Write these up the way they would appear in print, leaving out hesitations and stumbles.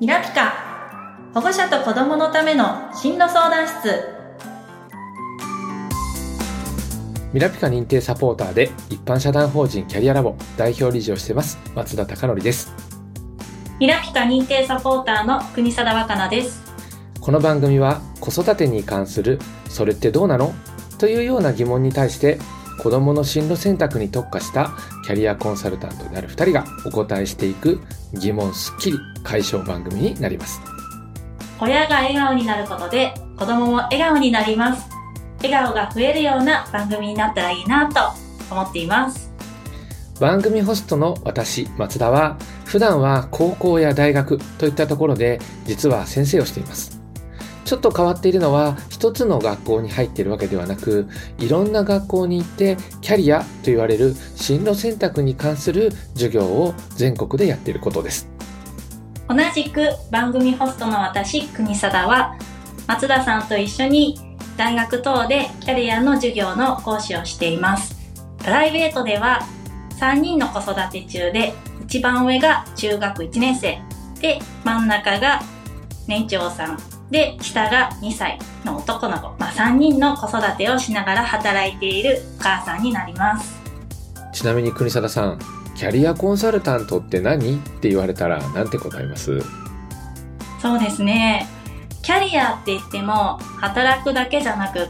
ミラピカ、保護者と子どものための進路相談室。 ミラピカ認定サポーターで一般社団法人キャリアラボ代表理事をしています松田貴則です。 ミラピカ認定サポーターの国定若菜です。 この番組は子育てに関するそれってどうなのというような疑問に対して子どもの進路選択に特化したキャリアコンサルタントである2人がお答えしていく疑問すっきり解消番組になります。 親が笑顔になることで子どもも笑顔になります。笑顔が増えるような番組になったらいいなと思っています。 番組ホストの私松田は普段は高校や大学といったところで実は先生をしています。ちょっと変わっているのは一つの学校に入っているわけではなく、いろんな学校に行ってキャリアと言われる進路選択に関する授業を全国でやっていることです。 同じく番組ホストの私国定は松田さんと一緒に大学等でキャリアの授業の講師をしています。プライベートでは3人の子育て中で、一番上が中学1年生で、真ん中が年長さんで、下が2歳の男の子、3人の子育てをしながら働いているお母さんになります。 ちなみに国定さん、キャリアコンサルタントって何って言われたら何て答えます？ そうですね、キャリアって言っても働くだけじゃなくって、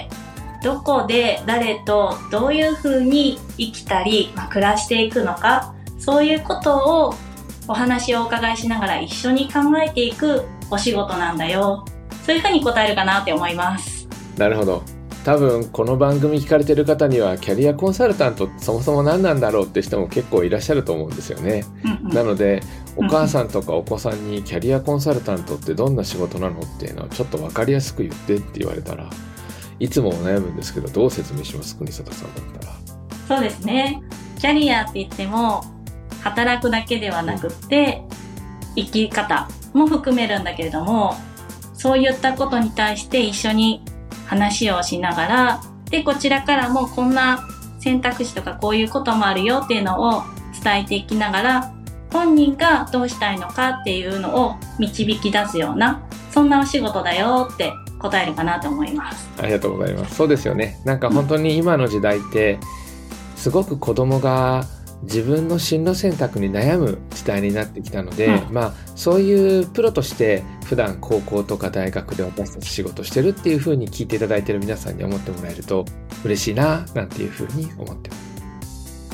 どこで誰とどういうふうに生きたり、暮らしていくのか、そういうことをお話をお伺いしながら一緒に考えていくお仕事なんだよ。そういうふうに答えるかなって思います。 なるほど。多分この番組聞かれてる方にはキャリアコンサルタントってそもそも何なんだろうって人も結構いらっしゃると思うんですよね。なのでお母さんとかお子さんにキャリアコンサルタントってどんな仕事なのっていうのをちょっと分かりやすく言ってって言われたら、いつも悩むんですけど、どう説明します？国定さんだったら。 そうですね、キャリアって言っても働くだけではなくって生き方も含めるんだけれども、そういったことに対して一緒に話をしながら、でこちらからもこんな選択肢とかこういうこともあるよっていうのを伝えていきながら、本人がどうしたいのかっていうのを導き出すような、そんなお仕事だよって答えるかなと思います。 ありがとうございます。そうですよね。なんか本当に今の時代ってすごく子供が自分の進路選択に悩む時代になってきたので、そういうプロとして普段高校とか大学で私たち仕事してるっていう風に聞いていただいている皆さんに思ってもらえると嬉しいななんていう風に思ってます。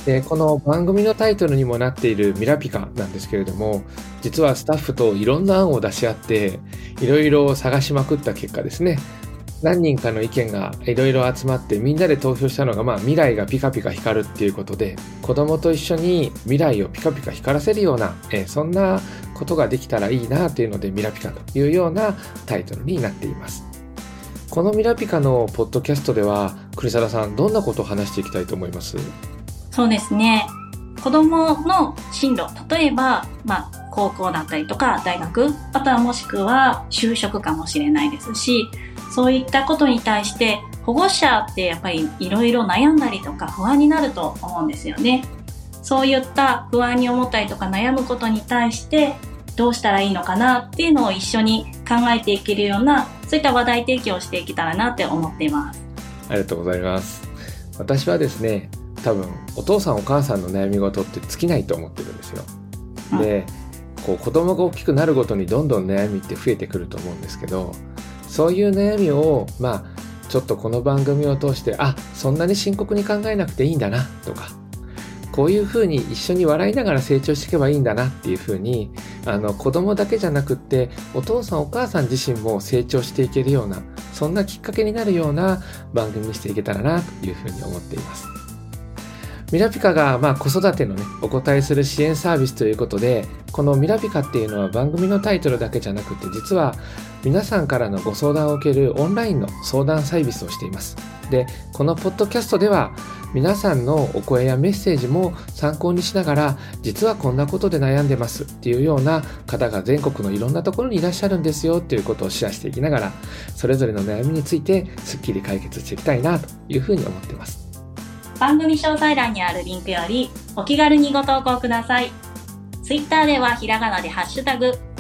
で、この番組のタイトルにもなっているミラピカなんですけれども、実はスタッフといろんな案を出し合っていろいろ探しまくった結果ですね、何人かの意見がいろいろ集まってみんなで投票したのが、未来がピカピカ光るっていうことで、子供と一緒に未来をピカピカ光らせるような、そんなことができたらいいなというのでミラピカというようなタイトルになっています。このミラピカのポッドキャストでは栗定さん、どんなことを話していきたいと思います？ そうですね、子供の進路、例えば、高校だったりとか大学、あとはもしくは就職かもしれないですし、そういったことに対して保護者ってやっぱりいろいろ悩んだりとか不安になると思うんですよね。そういった不安に思ったりとか悩むことに対してどうしたらいいのかなっていうのを一緒に考えていけるような、そういった話題提供をしていけたらなって思っています。 ありがとうございます。私はですね、多分お父さんお母さんの悩み事って尽きないと思ってるんですよ。で、子供が大きくなるごとにどんどん悩みって増えてくると思うんですけど、そういう悩みをちょっとこの番組を通して、そんなに深刻に考えなくていいんだなとか、こういうふうに一緒に笑いながら成長していけばいいんだなっていうふうに、子供だけじゃなくってお父さんお母さん自身も成長していけるような、そんなきっかけになるような番組にしていけたらなというふうに思っています。ミラピカが子育てのお答えする支援サービスということで、このミラピカっていうのは番組のタイトルだけじゃなくて、実は皆さんからのご相談を受けるオンラインの相談サービスをしています。で、このポッドキャストでは皆さんのお声やメッセージも参考にしながら、実はこんなことで悩んでますっていうような方が全国のいろんなところにいらっしゃるんですよっていうことをシェアしていきながら、それぞれの悩みについてすっきり解決していきたいなというふうに思っています。 番組詳細欄にあるリンクよりお気軽にご投稿ください。ツイッターではひらがなでハッシュタグ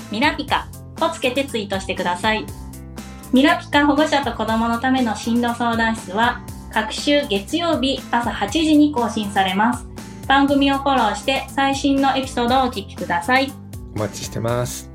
ミラピカをつけてツイートしてください。ミラピカ保護者と子どものための進路相談室は各週月曜日朝8時に更新されます。番組をフォローして最新のエピソードをお聞きください。 お待ちしてます。